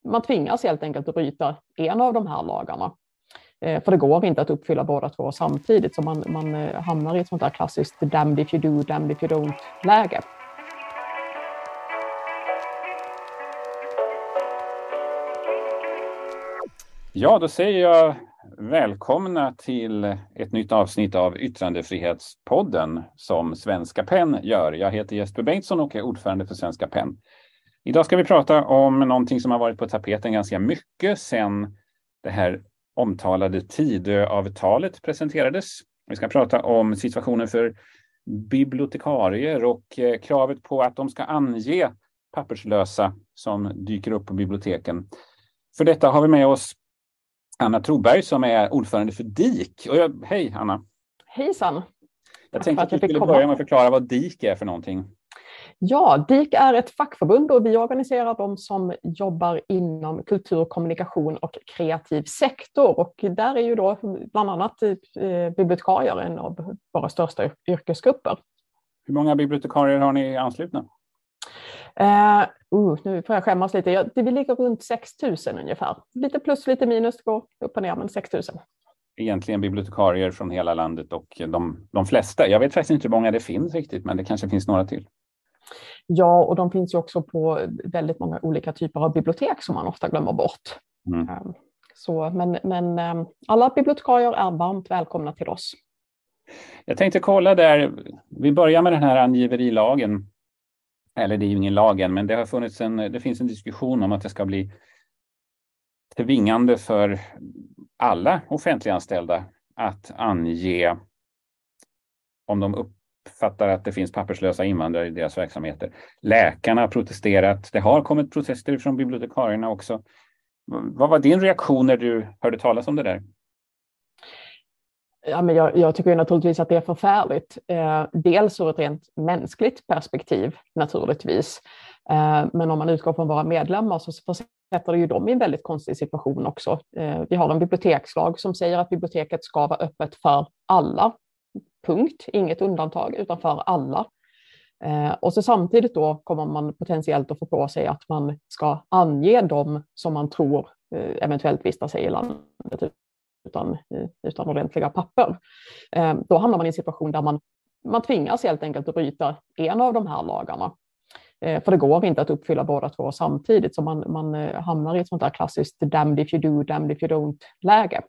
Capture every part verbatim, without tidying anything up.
man tvingas helt enkelt att bryta en av de här lagarna. För det går inte att uppfylla båda två samtidigt, så man, man hamnar i ett sånt där klassiskt damned if you do, damned if you don't-läge. Ja, då säger jag välkomna till ett nytt avsnitt av Yttrandefrihetspodden som Svenska Pen gör. Jag heter Jesper Bengtsson och är ordförande för Svenska Pen. Idag ska vi prata om någonting som har varit på tapeten ganska mycket sedan det här omtalade Tidöavtalet presenterades. Vi ska prata om situationen för bibliotekarier och kravet på att de ska ange papperslösa som dyker upp på biblioteken. För detta har vi med oss Anna Troberg som är ordförande för D I K. Och jag, hej Anna. Hejsan. Jag tänkte att vi skulle börja med att förklara vad D I K är för någonting. Ja, D I K är ett fackförbund och vi organiserar de som jobbar inom kultur, kommunikation och kreativ sektor. Och där är ju då bland annat eh, bibliotekarier en av våra största yrkesgrupper. Hur många bibliotekarier har ni anslutna? Uh, uh, nu får jag skämmas lite. Ja, det, vi ligger runt sex tusen ungefär. Lite plus, lite minus, det går upp och ner, men sex tusen. Egentligen bibliotekarier från hela landet och de, de flesta. Jag vet faktiskt inte hur många det finns riktigt, men det kanske finns några till. Ja, och de finns ju också på väldigt många olika typer av bibliotek som man ofta glömmer bort. Mm. Uh, så, men men um, alla bibliotekarier är varmt välkomna till oss. Jag tänkte kolla där. Vi börjar med den här angiverilagen. Eller det är ju ingen lag än, men det har funnits en, det finns en diskussion om att det ska bli tvingande för alla offentliganställda att ange om de uppfattar att det finns papperslösa invandrare i deras verksamheter. Läkarna har protesterat. Det har kommit protester från bibliotekarierna också. Vad var din reaktion när du hörde talas om det där? Ja, men jag, jag tycker naturligtvis att det är förfärligt. Eh, dels ur ett rent mänskligt perspektiv naturligtvis. Eh, men om man utgår från våra medlemmar så försätter det ju dem i en väldigt konstig situation också. Eh, vi har en bibliotekslag som säger att biblioteket ska vara öppet för alla. Punkt. Inget undantag utan för alla. Eh, och så samtidigt då kommer man potentiellt att få på sig att man ska ange dem som man tror eh, eventuellt vistas i landet utan, utan ordentliga papper. Eh, då hamnar man i en situation där man, man tvingas helt enkelt att bryta en av de här lagarna. Eh, för det går inte att uppfylla båda två samtidigt, så man, man eh, hamnar i ett sånt där klassiskt damned if you do, damned if you don't-läge.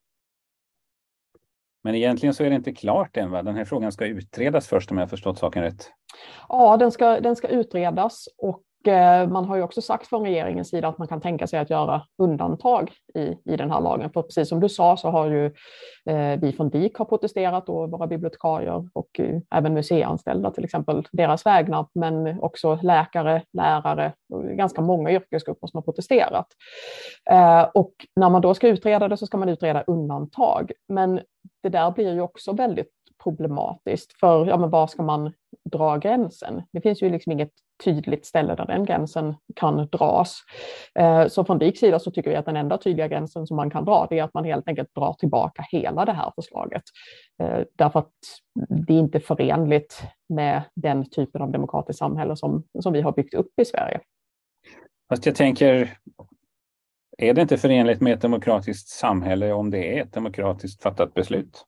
Men egentligen så är det inte klart än, va? Den här frågan ska utredas först om jag har förstått saken rätt. Ja, den ska, den ska utredas och eh, man har ju också sagt från regeringens sida att man kan tänka sig att göra undantag i, i den här lagen. För precis som du sa så har ju eh, vi från D I K har protesterat och våra bibliotekarier och eh, även museianställda till exempel deras vägnar, men också läkare, lärare och ganska många yrkesgrupper som har protesterat. Eh, och när man då ska utreda det så ska man utreda undantag. Men det där blir ju också väldigt problematiskt, för ja, men var ska man dra gränsen? Det finns ju liksom inget tydligt ställe där den gränsen kan dras. Eh, så från D I K:s sida så tycker vi att den enda tydliga gränsen som man kan dra det är att man helt enkelt drar tillbaka hela det här förslaget. Eh, därför att det är inte förenligt med den typen av demokratiskt samhälle som, som vi har byggt upp i Sverige. Fast jag tänker, är det inte förenligt med ett demokratiskt samhälle om det är ett demokratiskt fattat beslut?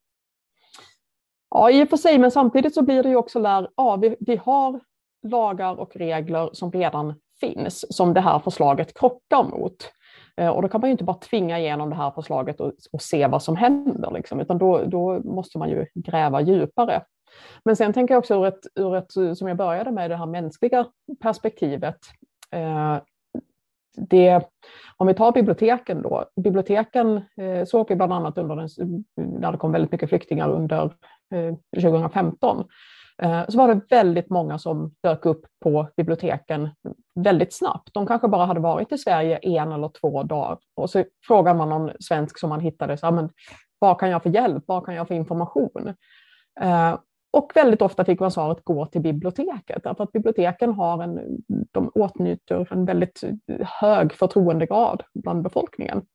Ja, i och för sig, men samtidigt så blir det ju också där, ja, vi, vi har lagar och regler som redan finns, som det här förslaget krockar mot. Eh, och då kan man ju inte bara tvinga igenom det här förslaget och, och se vad som händer, liksom, utan då, då måste man ju gräva djupare. Men sen tänker jag också ur ett, ur ett som jag började med, det här mänskliga perspektivet. Eh, Det, om vi tar biblioteken då, biblioteken eh, såg vi bland annat under den, när det kom väldigt mycket flyktingar under eh, tjugo femton, eh, så var det väldigt många som dök upp på biblioteken väldigt snabbt. De kanske bara hade varit i Sverige en eller två dagar och så frågar man någon svensk som man hittade, så, men, vad kan jag få hjälp, vad kan jag få information? Eh, Och väldigt ofta fick man svaret gå till biblioteket. Därför att biblioteken har en, de åtnjuter en väldigt hög förtroendegrad bland befolkningen.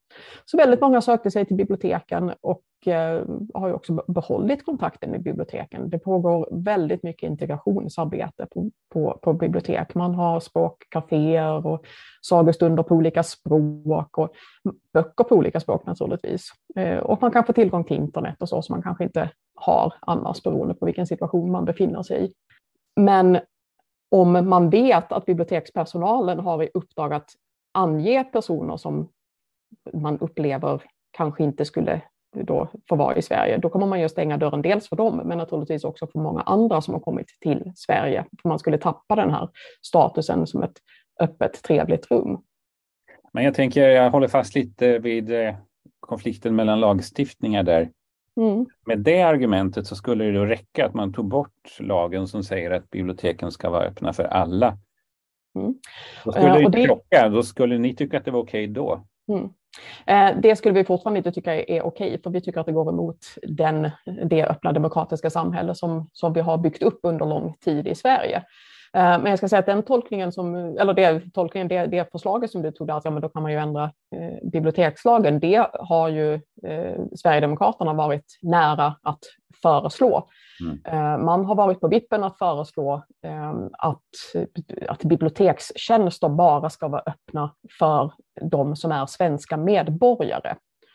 Så väldigt många sökte sig till biblioteken och eh, har ju också behållit kontakten med biblioteken. Det pågår väldigt mycket integrationsarbete på, på, på bibliotek. Man har språkcaféer och sagostunder på olika språk och böcker på olika språk naturligtvis. Eh, och man kan få tillgång till internet och så som man kanske inte har annars beroende på vilken situation man befinner sig i. Men om man vet att bibliotekspersonalen har i uppdrag att ange personer som man upplever kanske inte skulle då få vara i Sverige, då kommer man ju stänga dörren dels för dem, men naturligtvis också för många andra som har kommit till Sverige. För man skulle tappa den här statusen som ett öppet, trevligt rum. Men jag tänker, jag håller fast lite vid konflikten mellan lagstiftningar där. Mm. Med det argumentet så skulle det då räcka att man tog bort lagen som säger att biblioteken ska vara öppna för alla. Mm. Då skulle det inte krocka, då skulle ni tycka att det var okej då. Mm. Eh, det skulle vi fortfarande inte tycka är, är okej, för vi tycker att det går emot den, det öppna demokratiska samhälle som, som vi har byggt upp under lång tid i Sverige. Eh, men jag ska säga att den tolkningen som, eller det, tolkningen, det, det förslaget som du tog där, att ja, men då kan man ju ändra eh, bibliotekslagen, det har ju eh, Sverigedemokraterna varit nära att föreslå. Mm. Eh, man har varit på vippen att föreslå eh, att, att bibliotekstjänster bara ska vara öppna för de som är svenska medborgare.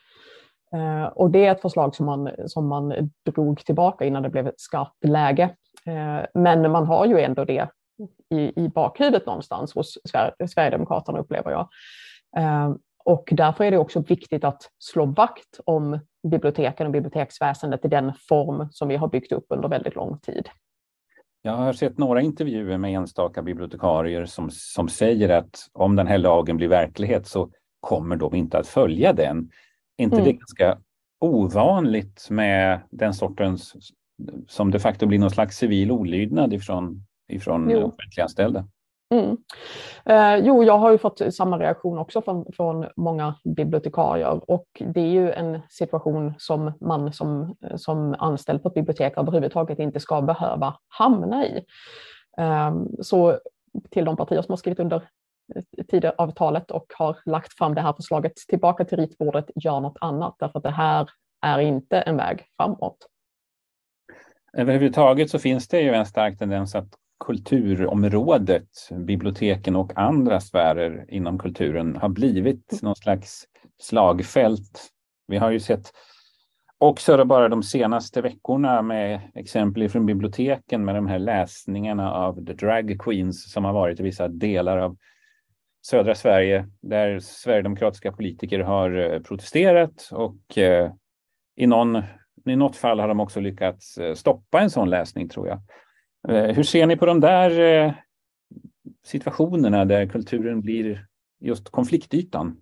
Eh, och det är ett förslag som man, som man drog tillbaka innan det blev ett skarpt läge. Eh, men man har ju ändå det i, i bakhuvudet någonstans hos Sver- Sverigedemokraterna, upplever jag. Eh, och därför är det också viktigt att slå vakt om biblioteken och biblioteksväsendet i den form som vi har byggt upp under väldigt lång tid. Jag har sett några intervjuer med enstaka bibliotekarier som, som säger att om den här lagen blir verklighet så kommer de inte att följa den. Är inte mm. det ganska ovanligt med den sortens, som de facto blir någon slags civil olydnad ifrån, ifrån offentliganställda? Mm. Eh, jo, jag har ju fått samma reaktion också från, från många bibliotekarier, och det är ju en situation som man som, som anställd på ett bibliotek överhuvudtaget inte ska behöva hamna i. Eh, så till de partier som har skrivit under Tidöavtalet och har lagt fram det här förslaget, tillbaka till ritbordet, gör något annat, därför att det här är inte en väg framåt. Överhuvudtaget så finns det ju en stark tendens att kulturområdet, biblioteken och andra sfärer inom kulturen har blivit någon slags slagfält. Vi har ju sett också bara de senaste veckorna med exempel från biblioteken med de här läsningarna av The Drag Queens som har varit i vissa delar av södra Sverige, där sverigedemokratiska politiker har protesterat, och eh, i, någon, i något fall har de också lyckats stoppa en sån läsning, tror jag. Eh, hur ser ni på de där eh, situationerna där kulturen blir just konfliktytan?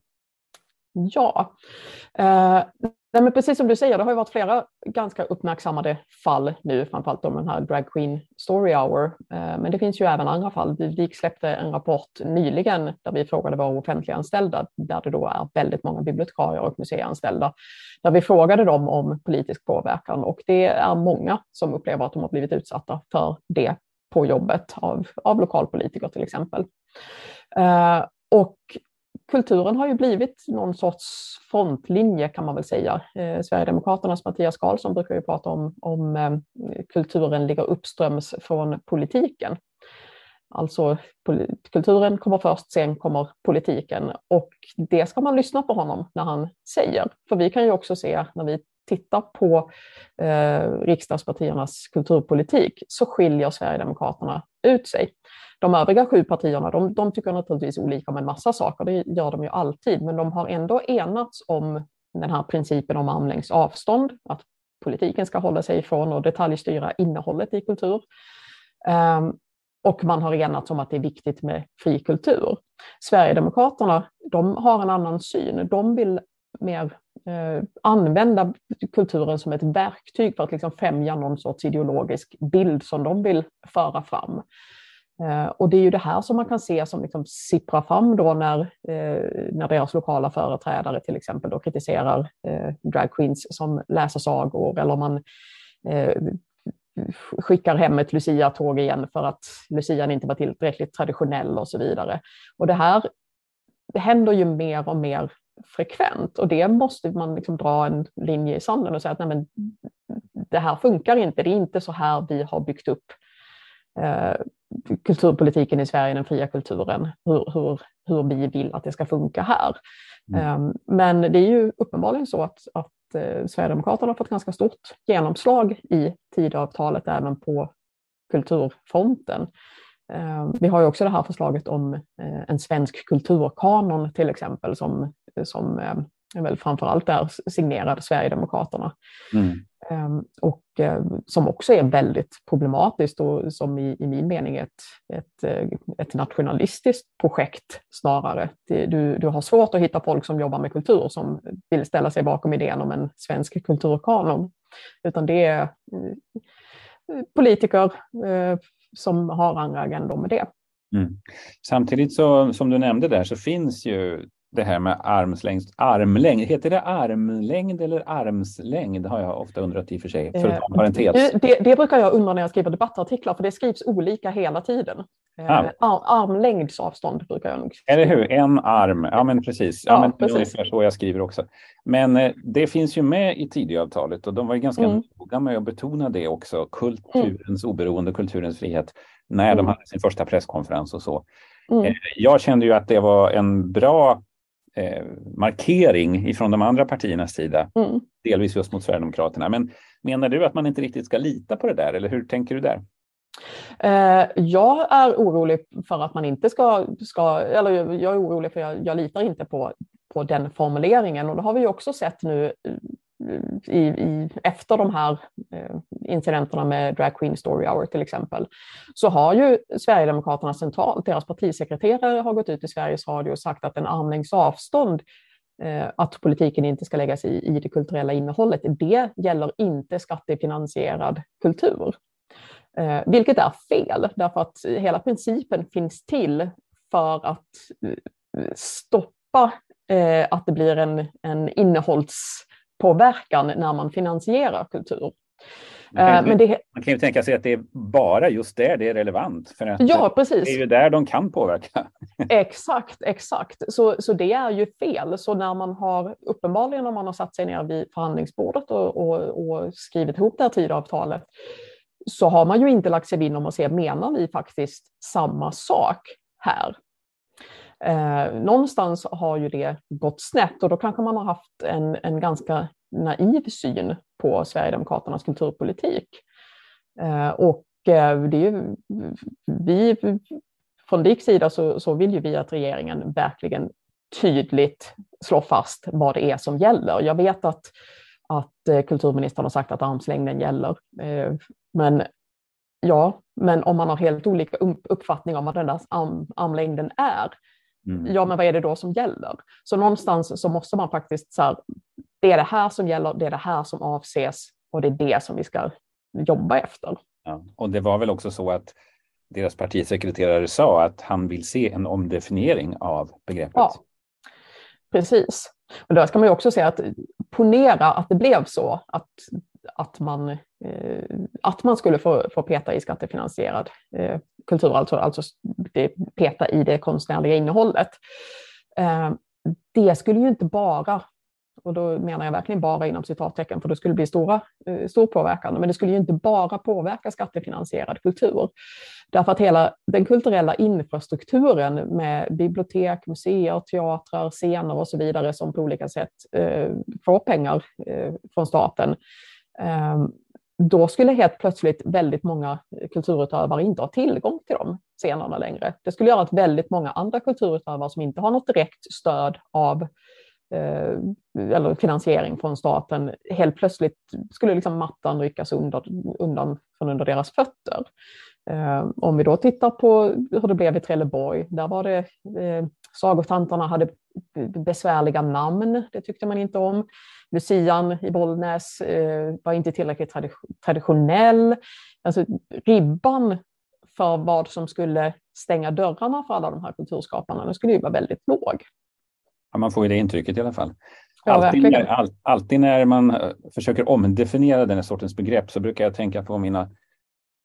Ja, eh, nej, men precis som du säger, det har ju varit flera ganska uppmärksammade fall nu, framförallt om den här Drag Queen Story Hour. Eh, men det finns ju även andra fall. Vi släppte en rapport nyligen där vi frågade våra offentliganställda, där det då är väldigt många bibliotekarier och museianställda, där vi frågade dem om politisk påverkan, och det är många som upplever att de har blivit utsatta för det på jobbet av, av lokalpolitiker till exempel. Eh, och kulturen har ju blivit någon sorts frontlinje, kan man väl säga. Eh, Sverigedemokraternas Mattias Karlsson brukar ju prata om, om eh, kulturen ligger uppströms från politiken. Alltså kulturen kommer först, sen kommer politiken. Och det ska man lyssna på honom när han säger. För vi kan ju också se när vi tittar på eh, riksdagspartiernas kulturpolitik, så skiljer Sverigedemokraterna ut sig. De övriga sju partierna, de, de tycker naturligtvis olika om en massa saker, det gör de ju alltid, men de har ändå enats om den här principen om armlängds avstånd, att politiken ska hålla sig ifrån och detaljstyra innehållet i kultur. Um, och man har enats om att det är viktigt med fri kultur. Sverigedemokraterna, de har en annan syn. De vill mer eh, använda kulturen som ett verktyg för att liksom främja någon sorts ideologisk bild som de vill föra fram. Eh, och det är ju det här som man kan se som liksom sipprar fram då när, eh, när deras lokala företrädare till exempel då kritiserar eh, drag queens som läser sagor, eller man eh, skickar hem ett Lucia-tåg igen för att Lucian inte var tillräckligt traditionell och så vidare. Och det här det händer ju mer och mer frekvent. Och det måste man liksom dra en linje i sanden och säga att nej, men det här funkar inte. Det är inte så här vi har byggt upp eh, kulturpolitiken i Sverige, den fria kulturen, hur, hur, hur vi vill att det ska funka här. Mm. Um, men det är ju uppenbarligen så att, att uh, Sverigedemokraterna har fått ganska stort genomslag i Tidöavtalet även på kulturfronten. Um, vi har ju också det här förslaget om uh, en svensk kulturkanon till exempel som, som uh, är väl framförallt är signerad Sverigedemokraterna. Mm. Um, och uh, som också är väldigt problematiskt och som i, i min mening är ett, ett, ett nationalistiskt projekt snarare. Det, du, du har svårt att hitta folk som jobbar med kultur som vill ställa sig bakom idén om en svensk kulturkanon. Utan det är uh, politiker uh, som har andra agendor med det. Mm. Samtidigt så, som du nämnde där, så finns ju det här med armslängd, armlängd, heter det armlängd eller armslängd har jag ofta undrat i och för sig, för att ta en parentes. Det, det brukar jag undra när jag skriver debattartiklar, för det skrivs olika hela tiden. Ah. Ar, armlängdsavstånd brukar jag nog skriva. Eller hur, en arm, ja men precis, ja, ja men precis. Ungefär så jag skriver också. Men eh, det finns ju med i Tidöavtalet och de var ju ganska mm. noga med att betona det också, kulturens mm. oberoende, kulturens frihet, när mm. de hade sin första presskonferens och så. Mm. Eh, jag kände ju att det var en bra Eh, markering ifrån de andra partiernas sida, mm. delvis just mot Sverigedemokraterna. Men menar du att man inte riktigt ska lita på det där, eller hur tänker du där? Eh, jag är orolig för att man inte ska, ska eller jag är orolig för jag, jag litar inte på, på den formuleringen, och det har vi ju också sett nu i, i, efter de här eh, incidenterna med Drag Queen Story Hour till exempel, så har ju Sverigedemokraterna centralt, deras partisekreterare har gått ut i Sveriges Radio och sagt att en armlängds avstånd, eh, att politiken inte ska läggas i, i det kulturella innehållet, det gäller inte skattefinansierad kultur. Eh, vilket är fel, därför att hela principen finns till för att stoppa eh, att det blir en, en innehålls påverkan när man finansierar kultur. Man kan, Men det, man kan ju tänka sig att det är bara just där det är relevant. För att ja, precis. Det är ju där de kan påverka. Exakt, exakt. Så, så det är ju fel. Så när man har, uppenbarligen om man har satt sig ner vid förhandlingsbordet och, och, och skrivit ihop det här Tidöavtalet, så har man ju inte lagt sig in om att se, menar vi faktiskt samma sak här? Eh, någonstans har ju det gått snett, och då kanske man har haft en, en ganska naiv syn på Sverigedemokraternas kulturpolitik. Eh, och eh, det är ju, vi, från D I K:s sida så, så vill ju vi att regeringen verkligen tydligt slår fast vad det är som gäller. Jag vet att, att kulturministern har sagt att armslängden gäller, eh, men ja, men om man har helt olika uppfattning om vad den där arm, armlängden är, Mm. ja, men vad är det då som gäller? Så någonstans så måste man faktiskt så här, det är det här som gäller, det är det här som avses, och det är det som vi ska jobba efter. Ja, och det var väl också så att deras partisekreterare sa att han vill se en omdefiniering av begreppet. Ja, precis. Och då ska man ju också säga att ponera att det blev så att, att, man, eh, att man skulle få, få peta i skattefinansierad eh, kultur, alltså, alltså det, peta i det konstnärliga innehållet. Eh, det skulle ju inte bara, och då menar jag verkligen bara inom citattecken, för det skulle bli stora, eh, stor påverkan, men det skulle ju inte bara påverka skattefinansierad kultur. Därför att hela den kulturella infrastrukturen med bibliotek, museer, teatrar, scener och så vidare som på olika sätt eh, får pengar eh, från staten, eh, då skulle helt plötsligt väldigt många kulturutövare inte ha tillgång till de scenerna längre. Det skulle göra att väldigt många andra kulturutövare som inte har något direkt stöd av eh, eller finansiering från staten, helt plötsligt skulle liksom mattan ryckas undan, undan från under deras fötter. Eh, om vi då tittar på hur det blev i Trelleborg, där var det eh, sagotantarna hade besvärliga namn, det tyckte man inte om. Lucian i Bollnäs eh, var inte tillräckligt tradi- traditionell. Alltså, ribban för vad som skulle stänga dörrarna för alla de här kulturskaparna, det skulle ju vara väldigt låg. Ja, man får ju det intrycket i alla fall. Ja, alltid, när, all, alltid när man försöker omdefiniera den här sortens begrepp så brukar jag tänka på mina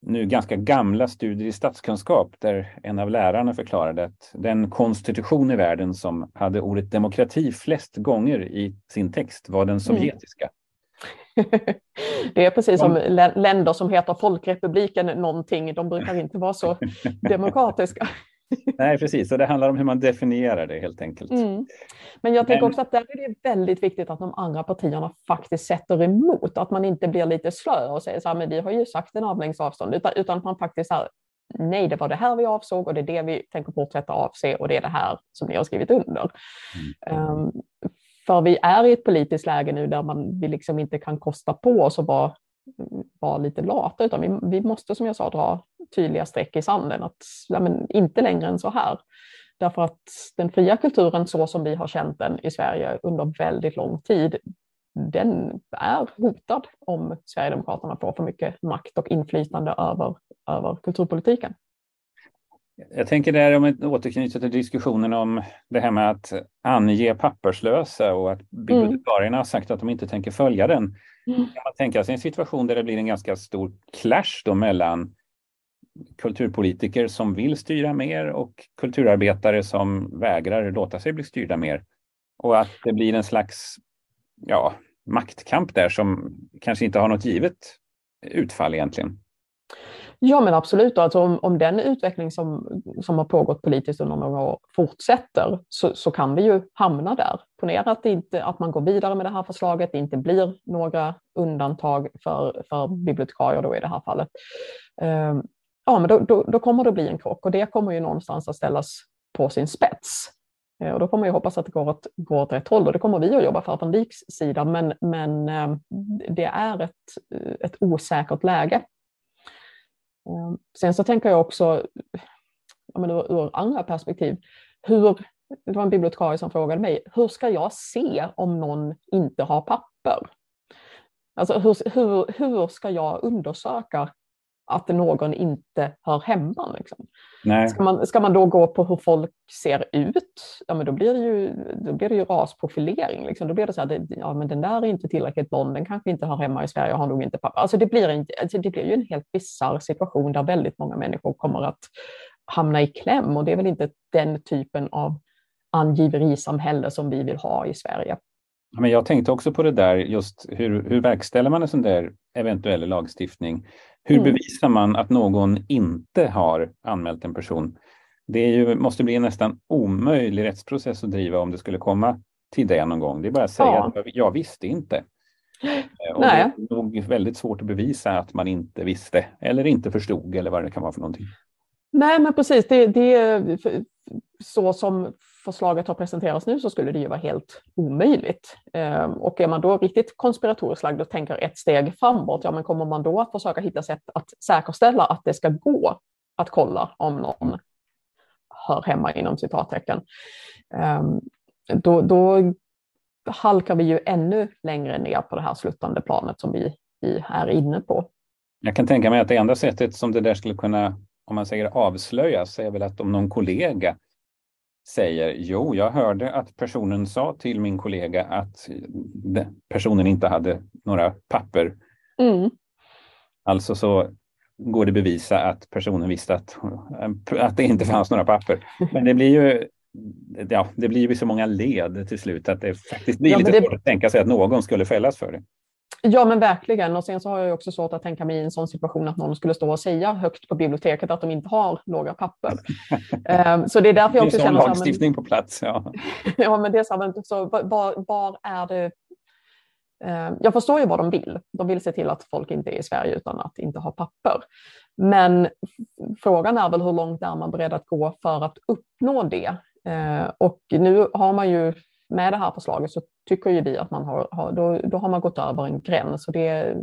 nu ganska gamla studier i statskunskap där en av lärarna förklarade att den konstitution i världen som hade ordet demokrati flest gånger i sin text var den sovjetiska. Mm. Det är precis som lä- länder som heter Folkrepubliken någonting, de brukar inte vara så demokratiska. Nej, precis. Så det handlar om hur man definierar det helt enkelt. Mm. Men jag tänker Men... också att där är det väldigt viktigt att de andra partierna faktiskt sätter emot. Att man inte blir lite slö och säger så här, men vi har ju sagt en armlängds avstånd. Utan, utan att man faktiskt säger, nej, det var det här vi avsåg och det är det vi tänker fortsätta avse och det är det här som ni har skrivit under. Mm. Um, för vi är i ett politiskt läge nu där man, vi liksom inte kan kosta på oss och bara vara lite lata, utan vi, vi måste, som jag sa, dra tydliga streck i sanden. Att, ja, men inte längre än så här. Därför att den fria kulturen så som vi har känt den i Sverige under väldigt lång tid, den är hotad om Sverigedemokraterna får för mycket makt och inflytande över, över kulturpolitiken. Jag tänker där om att återknyta till diskussionen om det här med att ange papperslösa och att bibliotekarierna har sagt att de inte tänker följa den. Mm. Kan man tänka sig en situation där det blir en ganska stor clash då mellan kulturpolitiker som vill styra mer och kulturarbetare som vägrar låta sig bli styrda mer. Och att det blir en slags ja, maktkamp där som kanske inte har något givet utfall egentligen. Ja, men absolut. Alltså om, om den utveckling som, som har pågått politiskt under några år fortsätter så, så kan vi ju hamna där. Ponera att, inte, att man går vidare med det här förslaget, det inte blir några undantag för, för bibliotekarier då i det här fallet. Um, ja, men då, då, då kommer det bli en krock och det kommer ju någonstans att ställas på sin spets. Uh, och då kommer jag hoppas att det går åt, går åt rätt håll och det kommer vi att jobba för från Viks sida, men, men um, det är ett, ett osäkert läge. Sen så tänker jag också, jag menar, ur andra perspektiv, hur, det var en bibliotekarie som frågade mig, hur ska jag se om någon inte har papper? Alltså hur, hur, hur ska jag undersöka att någon inte hör hemma? Liksom? Nej. Ska man, ska man då gå på hur folk ser ut? Ja, men då blir det ju, då blir det ju rasprofilering. Liksom. Då blir det så här, det, ja, men den där är inte tillräckligt blond, den kanske inte hör hemma i Sverige och har nog inte papper. Alltså det blir, en, alltså det blir ju en helt bizarr situation där väldigt många människor kommer att hamna i kläm och det är väl inte den typen av angiverisamhälle som vi vill ha i Sverige. Men jag tänkte också på det där, just hur, hur verkställer man en sån där eventuell lagstiftning? Hur mm. bevisar man att någon inte har anmält en person? Det är ju, måste bli en nästan omöjlig rättsprocess att driva om det skulle komma till det någon gång. Det är bara att säga ja. att jag visste inte. Och Nej. Det är nog väldigt svårt att bevisa att man inte visste eller inte förstod eller vad det kan vara för någonting. Nej, men precis. Det, det är så som förslaget har presenterats nu så skulle det ju vara helt omöjligt. Och är man då riktigt konspiratoriskt lagd och tänker ett steg framåt, ja men kommer man då att försöka hitta sätt att säkerställa att det ska gå att kolla om någon hör hemma inom citattecken. Då, då halkar vi ju ännu längre ner på det här sluttande planet som vi, vi är inne på. Jag kan tänka mig att det enda sättet som det där skulle kunna, om man säger avslöjas, är väl att om någon kollega säger, jo, jag hörde att personen sa till min kollega att personen inte hade några papper. Mm. Alltså så går det bevisa att personen visste att, att det inte fanns några papper. Men det blir ju ja, det blir ju så många led till slut att det faktiskt blir ja, lite det... svårt att tänka sig att någon skulle fällas för det. Ja, men verkligen. Och sen så har jag också svårt att tänka mig i en sån situation att någon skulle stå och säga högt på biblioteket att de inte har några papper. um, så det är därför jag också känner... Det är sån lagstiftning men... på plats, ja. ja, men det är så, så var, var är det... Uh, jag förstår ju vad de vill. De vill se till att folk inte är i Sverige utan att inte ha papper. Men frågan är väl hur långt är man beredd att gå för att uppnå det? Uh, och nu har man ju... Med det här förslaget så tycker ju vi att man har, har då, då har man gått över en gräns. Och det,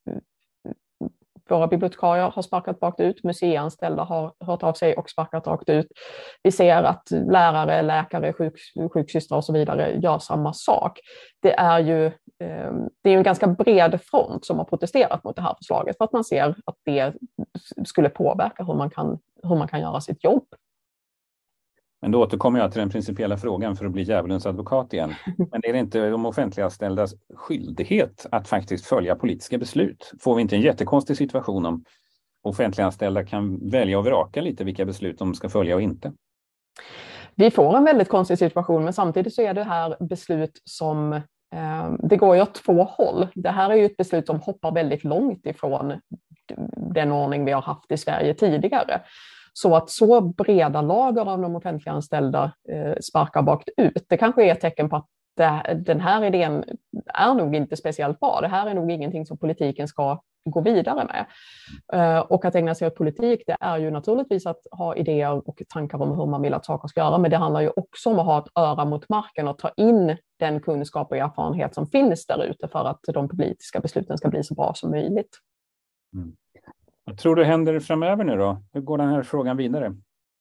våra bibliotekarier har sparkat rakt ut, museianställda har hört av sig och sparkat rakt ut. Vi ser att lärare, läkare, sjuk, sjuksystrar och så vidare gör samma sak. Det är ju eh, det är en ganska bred front som har protesterat mot det här förslaget för att man ser att det skulle påverka hur man kan, hur man kan göra sitt jobb. Men då återkommer jag till den principiella frågan för att bli djävulens advokat igen. Men är det inte de offentliganställdas skyldighet att faktiskt följa politiska beslut? Får vi inte en jättekonstig situation om offentliganställda kan välja och vraka lite vilka beslut de ska följa och inte? Vi får en väldigt konstig situation, men samtidigt så är det här beslut som, eh, det går ju åt två håll. Det här är ju ett beslut som hoppar väldigt långt ifrån den ordning vi har haft i Sverige tidigare. Så att så breda lager av de offentliganställda eh, sparkar bakt ut, det kanske är ett tecken på att det, den här idén är nog inte speciellt bra. Det här är nog ingenting som politiken ska gå vidare med. Uh, och att ägna sig åt politik, det är ju naturligtvis att ha idéer och tankar om hur man vill att saker ska göra, men det handlar ju också om att ha ett öra mot marken och ta in den kunskap och erfarenhet som finns där ute för att de politiska besluten ska bli så bra som möjligt. Mm. Vad tror du händer framöver nu då? Hur går den här frågan vidare?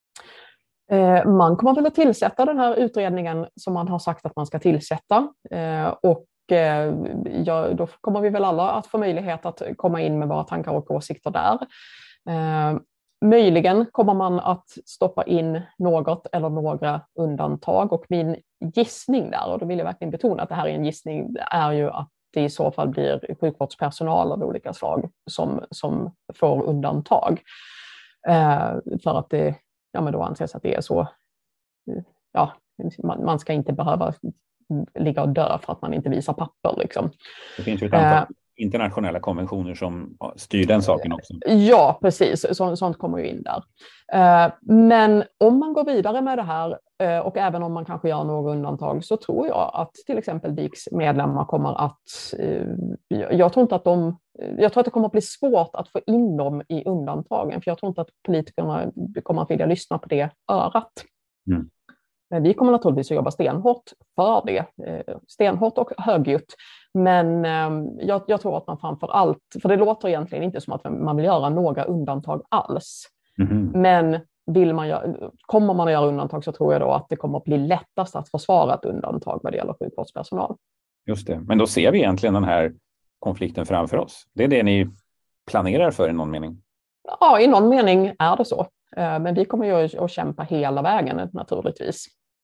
Uh, man kommer väl att tillsätta den här utredningen som man har sagt att man ska tillsätta, uh, och Ja, då kommer vi väl alla att få möjlighet att komma in med våra tankar och åsikter där. Eh, möjligen kommer man att stoppa in något eller några undantag, och min gissning där, och då vill jag verkligen betona att det här är en gissning, är ju att det i så fall blir sjukvårdspersonal av olika slag som, som får undantag. Eh, för att det ja, men då anses att det är så, ja, man, man ska inte behöva ligga och dö för att man inte visar papper. Liksom. Det finns ju ett antal uh, internationella konventioner som styr den saken också. Ja, precis. Så, sånt kommer ju in där. Uh, men om man går vidare med det här, uh, och även om man kanske gör några undantag, så tror jag att till exempel D I K:s medlemmar kommer att... Uh, jag tror inte att de... Jag tror att det kommer att bli svårt att få in dem i undantagen, för jag tror inte att politikerna kommer att vilja lyssna på det örat. Mm. Men vi kommer naturligtvis att jobba stenhårt för det, stenhårt och högljutt. Men jag, jag tror att man framför allt, för det låter egentligen inte som att man vill göra några undantag alls. Mm. Men vill man göra, kommer man att göra undantag, så tror jag då att det kommer att bli lättast att försvara ett undantag vad det gäller sjukvårdspersonal. Just det, men då ser vi egentligen den här konflikten framför oss. Det är det ni planerar för i någon mening? Ja, i någon mening är det så. Men vi kommer ju att kämpa hela vägen naturligtvis.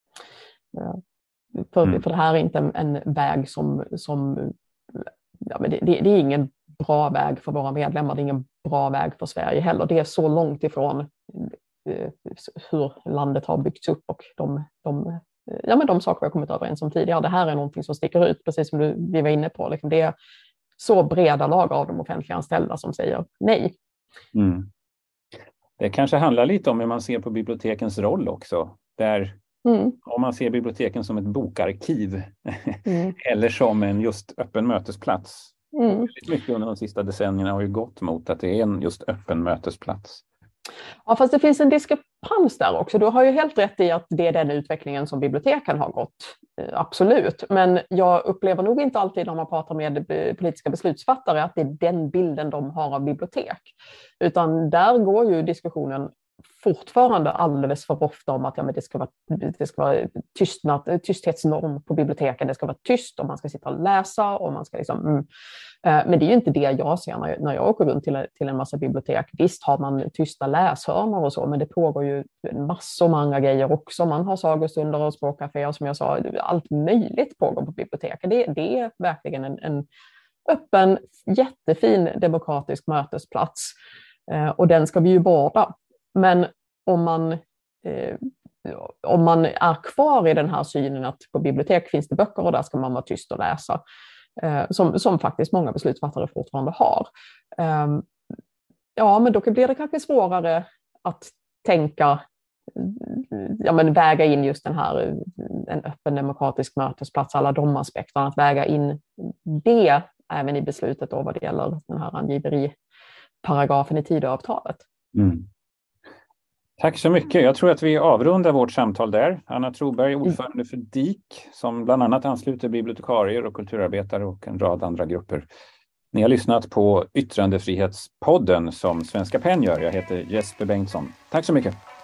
För, mm. för det här är inte en, en väg som, som ja, men det, det, det är ingen bra väg för våra medlemmar, det är ingen bra väg för Sverige heller. Det är så långt ifrån eh, hur landet har byggts upp och de, de, ja, men de saker vi har kommit överens om tidigare. Det här är någonting som sticker ut, precis som du, vi var inne på. Liksom det är så breda lager av de offentliga anställda som säger nej. Mm. Det kanske handlar lite om hur man ser på bibliotekens roll också. Där mm. om man ser biblioteken som ett bokarkiv mm. eller som en just öppen mötesplats. Mm. Väldigt mycket under de sista decennierna har ju gått mot att det är en just öppen mötesplats. Ja, fast det finns en diskrepans där också. Du har ju helt rätt i att det är den utvecklingen som biblioteken har gått. Absolut. Men jag upplever nog inte alltid när man pratar med politiska beslutsfattare att det är den bilden de har av bibliotek. Utan där går ju diskussionen fortfarande alldeles för ofta om att ja, men det ska vara, det ska vara tystnad, tysthetsnorm på biblioteken. Det ska vara tyst och man ska sitta och läsa. Och man ska liksom, mm. Men det är ju inte det jag ser när jag, när jag åker runt till, till en massa bibliotek. Visst har man tysta läshörnor och så, men det pågår ju massor med andra grejer också. Man har sagostunder och språkcaféer, som jag sa. Allt möjligt pågår på biblioteken. Det, det är verkligen en, en öppen, jättefin demokratisk mötesplats. Och den ska vi ju vårda. Men om man, eh, om man är kvar i den här synen att på bibliotek finns det böcker och där ska man vara tyst och läsa, eh, som, som faktiskt många beslutsfattare fortfarande har, eh, ja, men då blir det kanske svårare att tänka, ja, men väga in just den här en öppen demokratisk mötesplats, alla de aspekterna, att väga in det även i beslutet då vad det gäller den här angiveriparagrafen i Tidöavtalet. Mm. Tack så mycket. Jag tror att vi avrundar vårt samtal där. Anna Troberg, ordförande för D I K, som bland annat ansluter bibliotekarier och kulturarbetare och en rad andra grupper. Ni har lyssnat på Yttrandefrihetspodden som Svenska PEN gör. Jag heter Jesper Bengtsson. Tack så mycket.